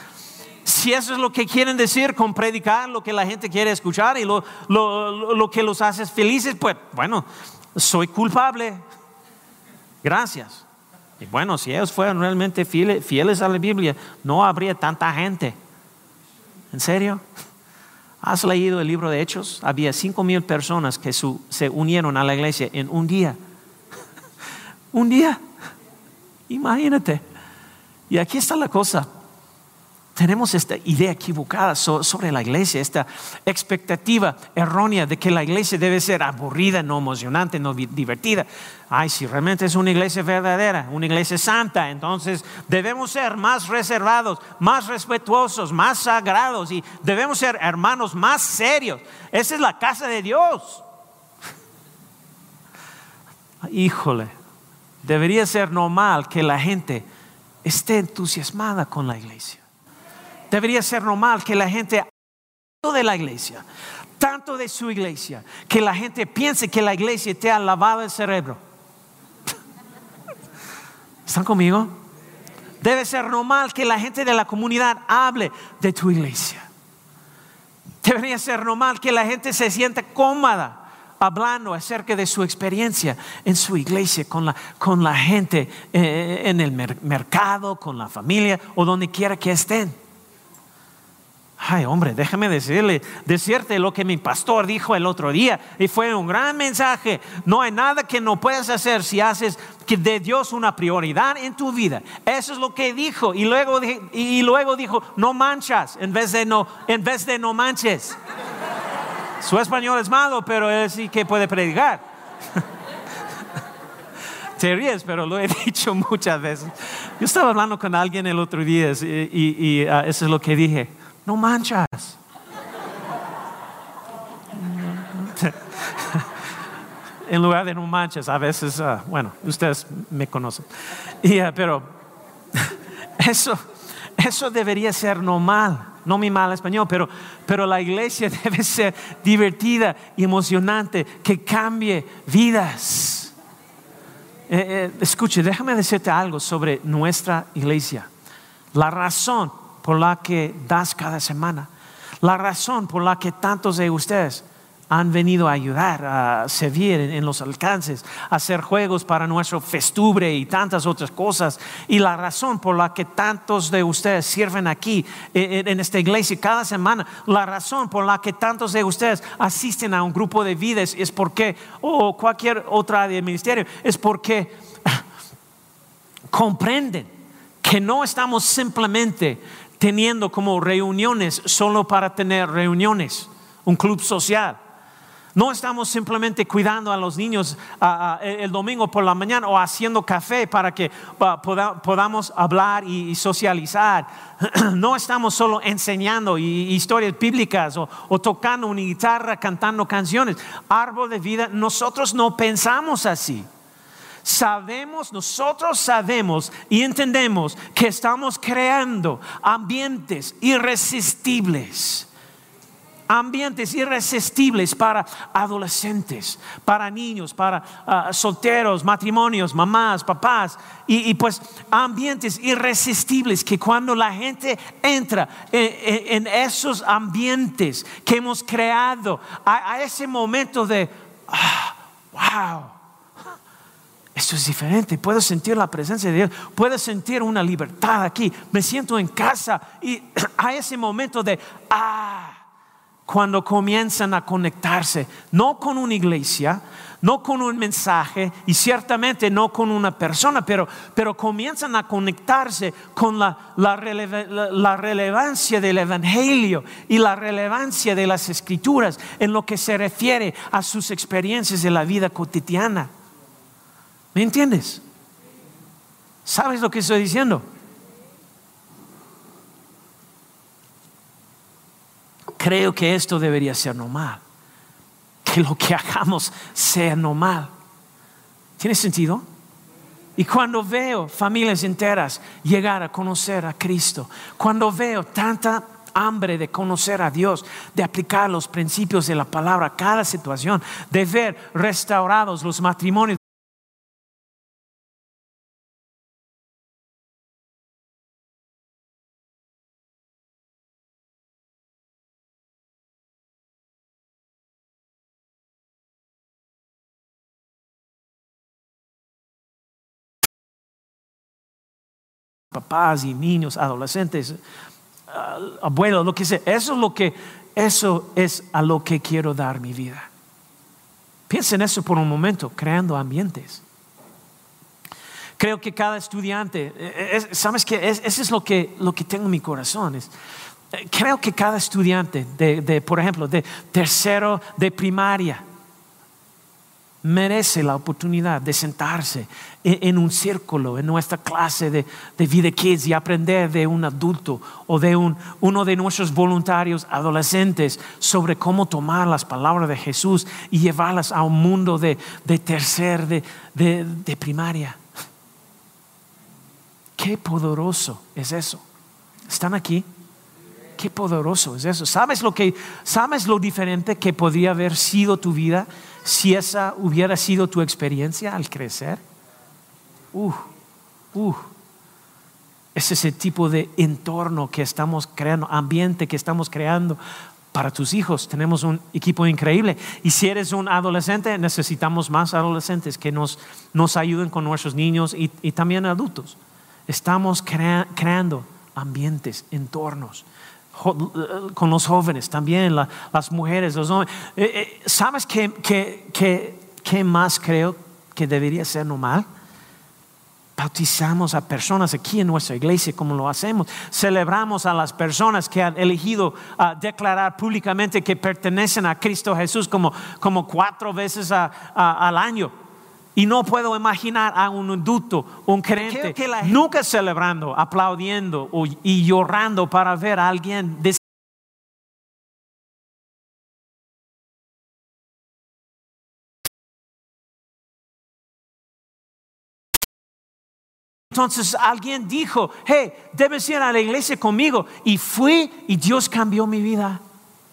Si eso es lo que quieren decir con predicar lo que la gente quiere escuchar y lo, lo, lo que los hace felices, pues bueno, soy culpable. Gracias. Y bueno, si ellos fueran realmente fieles, fieles a la Biblia, no habría tanta gente. ¿En serio? ¿Has leído el libro de Hechos? Había cinco mil personas que su, se unieron a la iglesia en un día. Un día. Imagínate. Y aquí está la cosa. Tenemos esta idea equivocada sobre la iglesia, esta expectativa errónea de que la iglesia debe ser aburrida, no emocionante, no divertida. Ay, si realmente es una iglesia verdadera, una iglesia santa, entonces debemos ser más reservados, más respetuosos, más sagrados y debemos ser hermanos más serios. Esa es la casa de Dios. Híjole, debería ser normal que la gente esté entusiasmada con la iglesia. Debería ser normal que la gente de la iglesia, tanto de su iglesia que la gente piense que la iglesia te ha lavado el cerebro. ¿Están conmigo? Debe ser normal que la gente de la comunidad hable de tu iglesia. Debería ser normal que la gente se sienta cómoda hablando acerca de su experiencia en su iglesia, con la, con la gente eh, en el mer- mercado, con la familia o donde quiera que estén. Ay, hombre, déjame decirle, decirte lo que mi pastor dijo el otro día, y fue un gran mensaje. No hay nada que no puedas hacer si haces que de Dios una prioridad en tu vida. Eso es lo que dijo. Y luego, y luego dijo, no manchas en vez de no, en vez de no manches. Su español es malo, pero él sí que puede predicar. Te ríes, pero lo he dicho muchas veces. Yo estaba hablando con alguien el otro día y, y, y uh, eso es lo que dije. No manchas. En lugar de no manches, a veces, uh, bueno, ustedes me conocen. Y, uh, pero eso, eso debería ser normal. No mi mal español, pero, pero la iglesia debe ser divertida y emocionante, que cambie vidas. Eh, eh, escuche, déjame decirte algo sobre nuestra iglesia. La razón por la que das cada semana, la razón por la que tantos de ustedes han venido a ayudar a servir en, en los alcances, a hacer juegos para nuestro festubre y tantas otras cosas, y la razón por la que tantos de ustedes sirven aquí en, en esta iglesia cada semana, la razón por la que tantos de ustedes asisten a un grupo de vidas es porque, o cualquier otra área de ministerio, es porque comprenden que no estamos simplemente teniendo como reuniones solo para tener reuniones, un club social. No estamos simplemente cuidando a los niños uh, uh, el domingo por la mañana o haciendo café para que uh, poda, podamos hablar y, y socializar. No estamos solo enseñando y, historias bíblicas o, o tocando una guitarra, cantando canciones. Árbol de vida, nosotros no pensamos así. Sabemos, nosotros sabemos y entendemos que estamos creando ambientes irresistibles. Ambientes irresistibles para adolescentes, para niños, para uh, solteros, matrimonios, mamás, papás. Y, y pues ambientes irresistibles que cuando la gente entra en, en esos ambientes que hemos creado, a, a ese momento de, ah, wow, esto es diferente, puedo sentir la presencia de Dios, puedo sentir una libertad aquí, me siento en casa. Y a ese momento de, ah, cuando comienzan a conectarse, no con una iglesia, no con un mensaje y ciertamente no con una persona, pero, pero comienzan a conectarse con la, la, releva, la, la relevancia del evangelio y la relevancia de las escrituras en lo que se refiere a sus experiencias de la vida cotidiana. ¿Me entiendes? ¿Sabes lo que estoy diciendo? Creo que esto debería ser normal. Que lo que hagamos sea normal. ¿Tiene sentido? Y cuando veo familias enteras llegar a conocer a Cristo, cuando veo tanta hambre de conocer a Dios, de aplicar los principios de la palabra a cada situación, de ver restaurados los matrimonios, papás y niños, adolescentes, uh, abuelos, lo que sea. Eso es lo que, eso es a lo que quiero dar mi vida. Piensa en eso por un momento, creando ambientes. Creo que cada estudiante, es, ¿sabes qué? Es, eso es lo que, lo que tengo en mi corazón. Es, creo que cada estudiante, de, de, por ejemplo, de tercero de primaria, merece la oportunidad de sentarse en, en un círculo, en nuestra clase de, de Vida Kids y aprender de un adulto o de un, uno de nuestros voluntarios adolescentes sobre cómo tomar las palabras de Jesús y llevarlas a un mundo de, de tercer, de, de, de primaria. Qué poderoso es eso. ¿Están aquí? qué poderoso es eso. ¿Sabes lo que, sabes lo diferente que podría haber sido tu vida si esa hubiera sido tu experiencia al crecer? Uh, uh. Es ese tipo de entorno que estamos creando, ambiente que estamos creando para tus hijos. Tenemos un equipo increíble. Y si eres un adolescente, necesitamos más adolescentes que nos, nos ayuden con nuestros niños y, y también adultos. Estamos crea, creando ambientes, entornos. Jo, con los jóvenes también, la, las mujeres, los hombres. Eh, eh, ¿Sabes qué, qué, qué, qué más creo que debería ser normal? Bautizamos a personas aquí en nuestra iglesia como lo hacemos. Celebramos a las personas que han elegido uh, declarar públicamente que pertenecen a Cristo Jesús como, como cuatro veces a, a, al año. Y no puedo imaginar a un adulto, un creyente, que la... nunca celebrando, aplaudiendo o, y llorando para ver a alguien de... Entonces alguien dijo, hey, debes ir a la iglesia conmigo. Y fui y Dios cambió mi vida.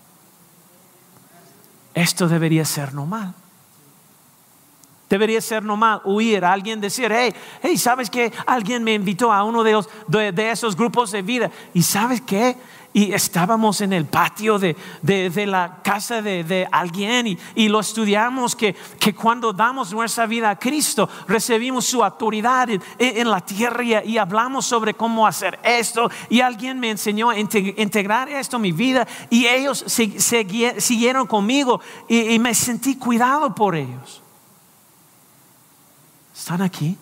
Esto debería ser normal. Debería ser normal oír a alguien decir, hey, hey, ¿sabes qué? Alguien me invitó a uno de, los, de, de esos grupos de vida. ¿Y sabes qué? Y estábamos en el patio de, de, de la casa de, de alguien y, y lo estudiamos que, que cuando damos nuestra vida a Cristo recibimos su autoridad en, en la tierra y, y hablamos sobre cómo hacer esto y alguien me enseñó a integrar esto en mi vida y ellos se, se, siguieron conmigo y, y me sentí cuidado por ellos. ¿Están aquí?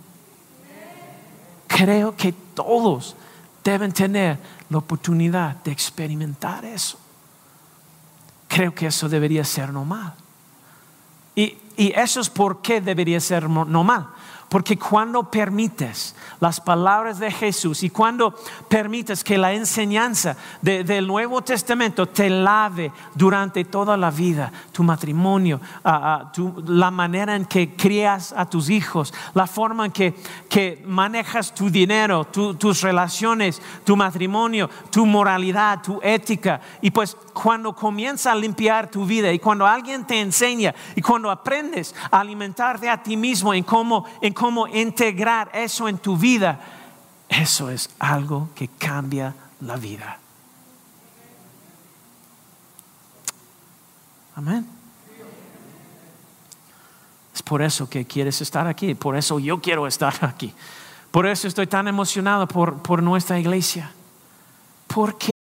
Creo que todos deben tener la oportunidad de experimentar eso. Creo que eso debería ser normal. Y, y eso es por qué debería ser normal. Porque cuando permites las palabras de Jesús y cuando permites que la enseñanza de, del Nuevo Testamento te lave durante toda la vida, tu matrimonio, uh, uh, tu, la manera en que crías a tus hijos, la forma en que, que manejas tu dinero, tu, tus relaciones, tu matrimonio, tu moralidad, tu ética. Y pues cuando comienza a limpiar tu vida y cuando alguien te enseña y cuando aprendes a alimentarte a ti mismo en cómo, en cómo integrar eso en tu vida, eso es algo que cambia la vida. Amén. Es por eso que quieres estar aquí, por eso yo quiero estar aquí, por eso estoy tan emocionado por, por nuestra iglesia. ¿Por qué?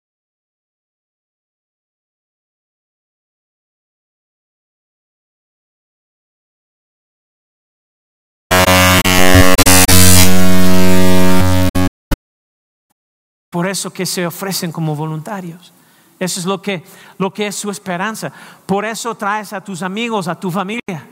Por eso que se ofrecen como voluntarios. Eso es lo que, lo que es su esperanza. Por eso traes a tus amigos, a tu familia.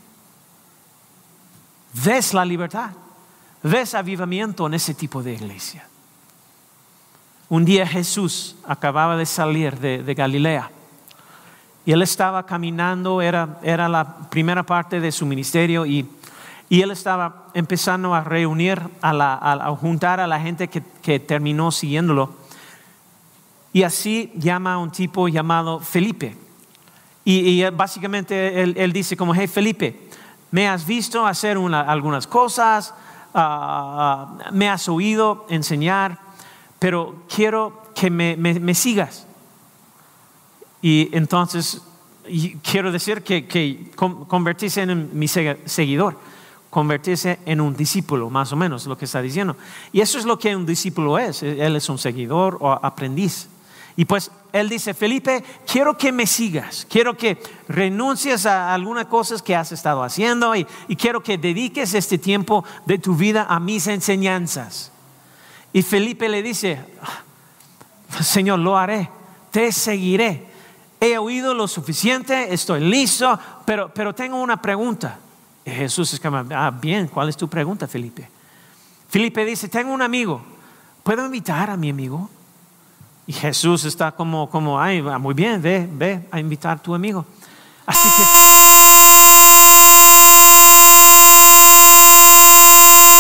Ves la libertad. Ves avivamiento en ese tipo de iglesia. Un día Jesús acababa de salir de, de Galilea. Y él estaba caminando, era, era la primera parte de su ministerio y Y él estaba empezando a reunir, a, la, a, a juntar a la gente que, que terminó siguiéndolo. Y así llama a un tipo llamado Felipe. Y, y básicamente él, él dice como, hey Felipe, me has visto hacer una, algunas cosas, uh, uh, me has oído enseñar, pero quiero que me, me, me sigas. Y entonces y quiero decir que, que convertirse en mi seguidor. Convertirse en un discípulo, más o menos lo que está diciendo. Y eso es lo que un discípulo es. Él es un seguidor o aprendiz. Y pues él dice, Felipe, quiero que me sigas. Quiero que renuncies a algunas cosas que has estado haciendo y, y quiero que dediques este tiempo de tu vida a mis enseñanzas. Y Felipe le dice, Señor, lo haré, te seguiré. He oído lo suficiente, estoy listo, pero, pero tengo una pregunta. Y Jesús es como, ah, bien, ¿cuál es tu pregunta, Felipe? Felipe dice, tengo un amigo, ¿puedo invitar a mi amigo? Y Jesús está como, como ay, muy bien, ve, ve a invitar a tu amigo. Así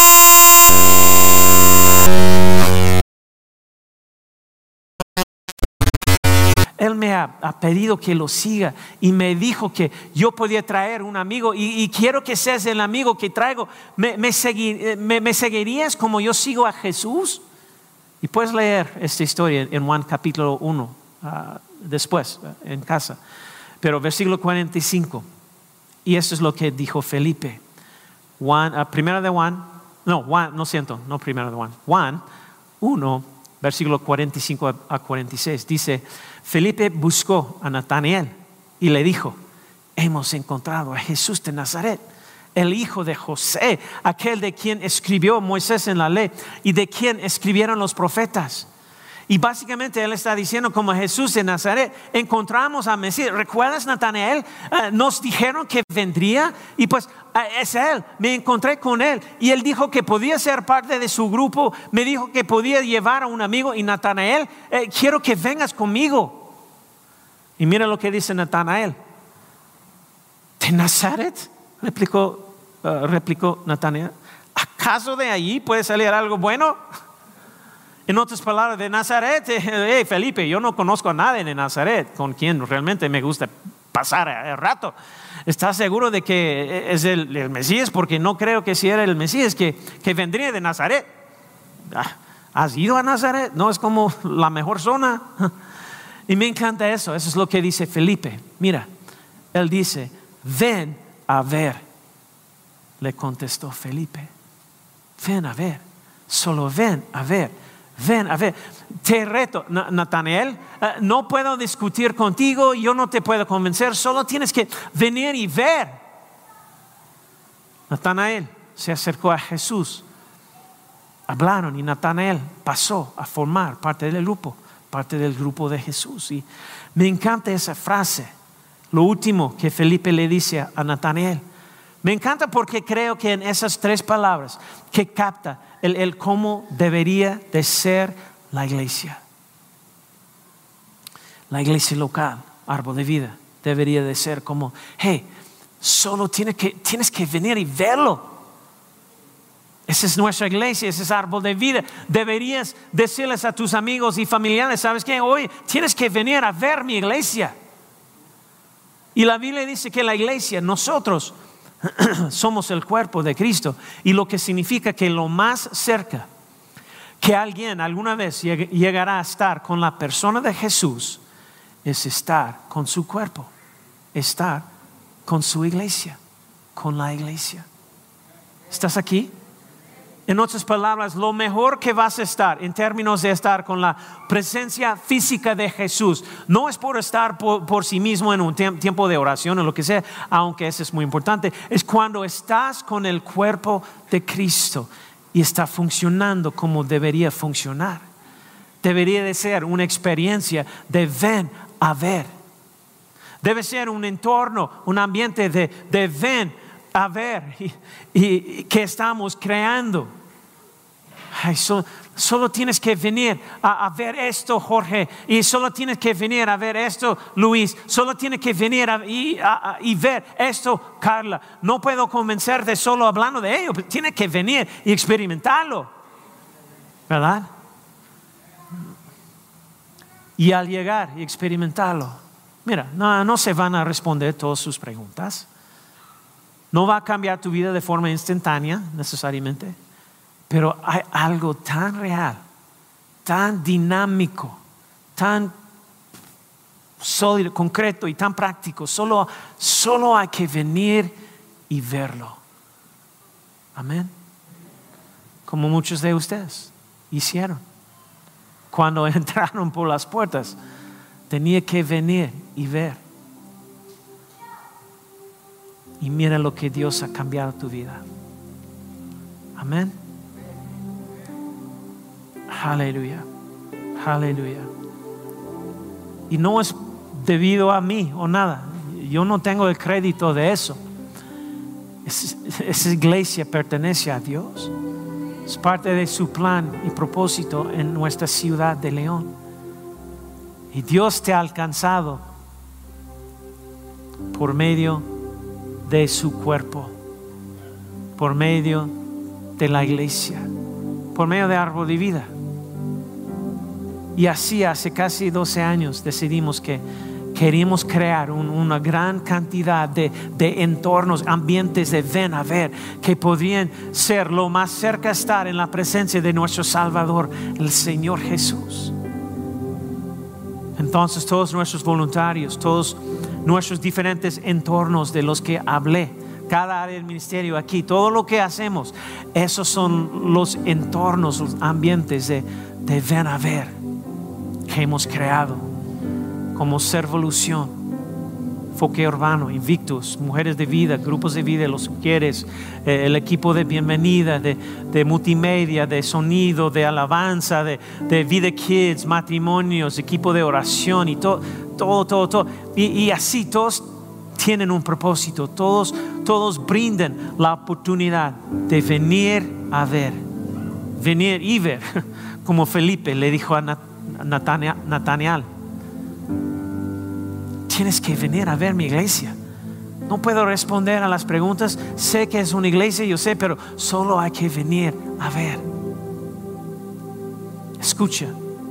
que pedido que lo siga y me dijo que yo podía traer un amigo y, y quiero que seas el amigo que traigo. ¿Me, me, segui, me, ¿Me seguirías como yo sigo a Jesús? Y puedes leer esta historia en Juan capítulo uno uh, después uh, en casa. Pero versículo cuarenta y cinco. Y eso es lo que dijo Felipe. Juan, uh, primera de Juan, no, Juan, no siento, no primera de Juan. Juan uno, versículo cuarenta y cinco a cuarenta y seis. Dice, Felipe buscó a Natanael y le dijo, hemos encontrado a Jesús de Nazaret, el hijo de José, aquel de quien escribió Moisés en la ley y de quien escribieron los profetas. Y básicamente él está diciendo, como Jesús de Nazaret, encontramos a Mesías. ¿Recuerdas, Natanael? Uh, nos dijeron que vendría y pues uh, es él. Me encontré con él y él dijo que podía ser parte de su grupo. Me dijo que podía llevar a un amigo. Y Natanael, eh, quiero que vengas conmigo. Y mira lo que dice Natanael. ¿De Nazaret? Replicó, uh, replicó Natanael. ¿Acaso de allí puede salir algo bueno? En otras palabras, de Nazaret, hey Felipe, yo no conozco a nadie de Nazaret con quien realmente me gusta pasar el rato. ¿Estás seguro de que es el, el Mesías? Porque no creo que si era el Mesías que, que vendría de Nazaret. ¿Has ido a Nazaret? No es como la mejor zona. Y me encanta eso, eso es lo que dice Felipe. Mira, él dice, ven a ver. Le contestó Felipe, ven a ver, solo ven a ver. Ven, a ver, te reto, Natanael, uh, no puedo discutir contigo, yo no te puedo convencer, solo tienes que venir y ver. Natanael se acercó a Jesús, hablaron y Natanael pasó a formar parte del grupo, parte del grupo de Jesús. Y me encanta esa frase, lo último que Felipe le dice a Natanael. Me encanta porque creo que en esas tres palabras que capta el, el cómo debería de ser la iglesia. La iglesia local, Árbol de Vida, debería de ser como, hey, solo tienes que, tienes que venir y verlo. Esa es nuestra iglesia, ese es Árbol de Vida. Deberías decirles a tus amigos y familiares, ¿sabes qué? Hoy tienes que venir a ver mi iglesia. Y la Biblia dice que la iglesia, nosotros somos el cuerpo de Cristo, y lo que significa que lo más cerca que alguien alguna vez llegará a estar con la persona de Jesús es estar con su cuerpo, estar con su iglesia, con la iglesia. ¿Estás aquí? En otras palabras, lo mejor que vas a estar en términos de estar con la presencia física de Jesús, no es por estar por, por sí mismo en un tiempo de oración o lo que sea, aunque eso es muy importante, es cuando estás con el cuerpo de Cristo y está funcionando como debería funcionar. Debería de ser una experiencia de ven a ver. Debe ser un entorno, un ambiente de, de ven a ver y, y que estamos creando. Ay, solo, solo tienes que venir a, a ver esto, Jorge, y solo tienes que venir a ver esto, Luis, solo tienes que venir a, y, a, a, y ver esto, Carla. No puedo convencerte solo hablando de ello, pero tienes que venir y experimentarlo, ¿verdad? Y al llegar y experimentarlo, mira, no, no se van a responder todas sus preguntas. No va a cambiar tu vida de forma instantánea necesariamente, pero hay algo tan real, tan dinámico, tan sólido, concreto y tan práctico. Solo, solo hay que venir y verlo. Amén. Como muchos de ustedes hicieron. Cuando entraron por las puertas, tenía que venir y ver. Y mira lo que Dios ha cambiado tu vida. Amén. Aleluya. Aleluya. Y no es debido a mí o nada. Yo no tengo el crédito de eso. Es, esa iglesia pertenece a Dios. Es parte de su plan y propósito en nuestra ciudad de León. Y Dios te ha alcanzado por medio de su cuerpo, por medio de la iglesia, por medio de Árbol de Vida. Y así hace casi doce años decidimos que, queremos crear un, una gran cantidad de, de entornos, ambientes de ven a ver, que podrían ser lo más cerca a estar en la presencia de nuestro Salvador, el Señor Jesús. Entonces todos nuestros voluntarios, todos nuestros diferentes entornos de los que hablé, cada área del ministerio aquí, todo lo que hacemos, esos son los entornos, los ambientes de, de ven a ver que hemos creado como Servolución, Enfoque Urbano, Invictus, Mujeres de Vida, Grupos de Vida, Los Sugieres, eh, el equipo de bienvenida, de, de multimedia, de sonido, de alabanza, de, de Vida Kids, matrimonios, equipo de oración y todo, todo, todo, todo. Y, y así todos tienen un propósito, todos, todos brindan la oportunidad de venir a ver, venir y ver, como Felipe le dijo a Natanael. Tienes que venir a ver mi iglesia. No puedo responder a las preguntas. Sé que es una iglesia, yo sé, pero solo hay que venir a ver. Escucha.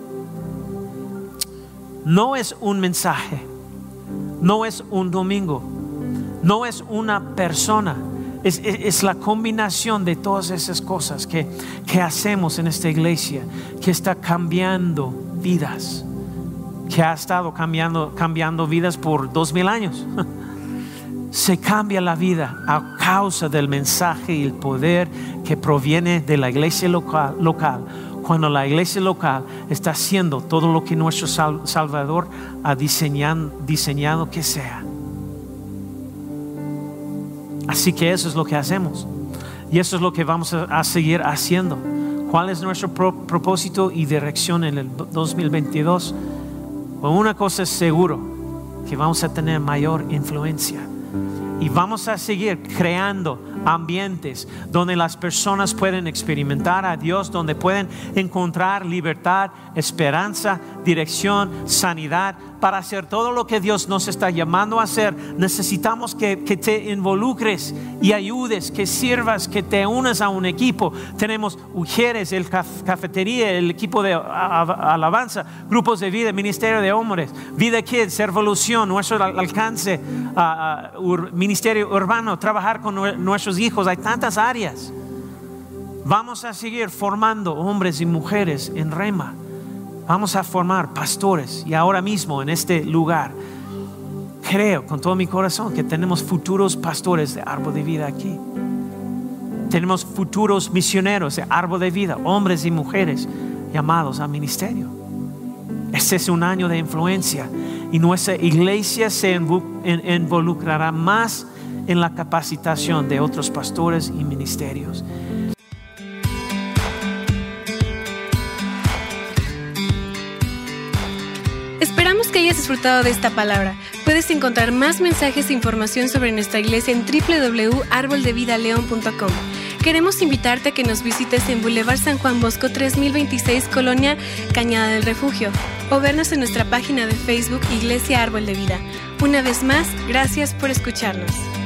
No es un mensaje, no es un domingo, no es una persona. Es, es, es la combinación de todas esas cosas que, que hacemos en esta iglesia, que está cambiando vidas, que ha estado cambiando, cambiando vidas por dos mil años. Se cambia la vida a causa del mensaje y el poder que proviene de la iglesia local, local cuando la iglesia local está haciendo todo lo que nuestro Salvador ha diseñado, diseñado que sea. Así que eso es lo que hacemos y eso es lo que vamos a, a seguir haciendo. ¿Cuál es nuestro pro, propósito y dirección en el dos mil veintidós? Bueno, una cosa es seguro, que vamos a tener mayor influencia y vamos a seguir creando ambientes donde las personas pueden experimentar a Dios, donde pueden encontrar libertad, esperanza, dirección, sanidad. Para hacer todo lo que Dios nos está llamando a hacer, necesitamos que, que te involucres y ayudes, que sirvas, que te unas a un equipo. Tenemos Mujeres, el caf- cafetería, el equipo de a, a, alabanza, grupos de vida, ministerio de hombres, Vida Kids, Servolución, nuestro alcance, uh, uh, ur, ministerio urbano, trabajar con nu- nuestros hijos. Hay tantas áreas. Vamos a seguir formando hombres y mujeres en Rema. Vamos a formar pastores y ahora mismo en este lugar creo con todo mi corazón que tenemos futuros pastores de Árbol de Vida aquí. Tenemos futuros misioneros de Árbol de Vida, hombres y mujeres llamados al ministerio. Este es un año de influencia y nuestra iglesia se involucrará más en la capacitación de otros pastores y ministerios. Esperamos que hayas disfrutado de esta palabra. Puedes encontrar más mensajes e información sobre nuestra iglesia en doble u doble u doble u punto árbol de vida león punto com. Queremos invitarte a que nos visites en Boulevard San Juan Bosco tres mil veintiséis, Colonia Cañada del Refugio, o vernos en nuestra página de Facebook Iglesia Árbol de Vida. Una vez más, gracias por escucharnos.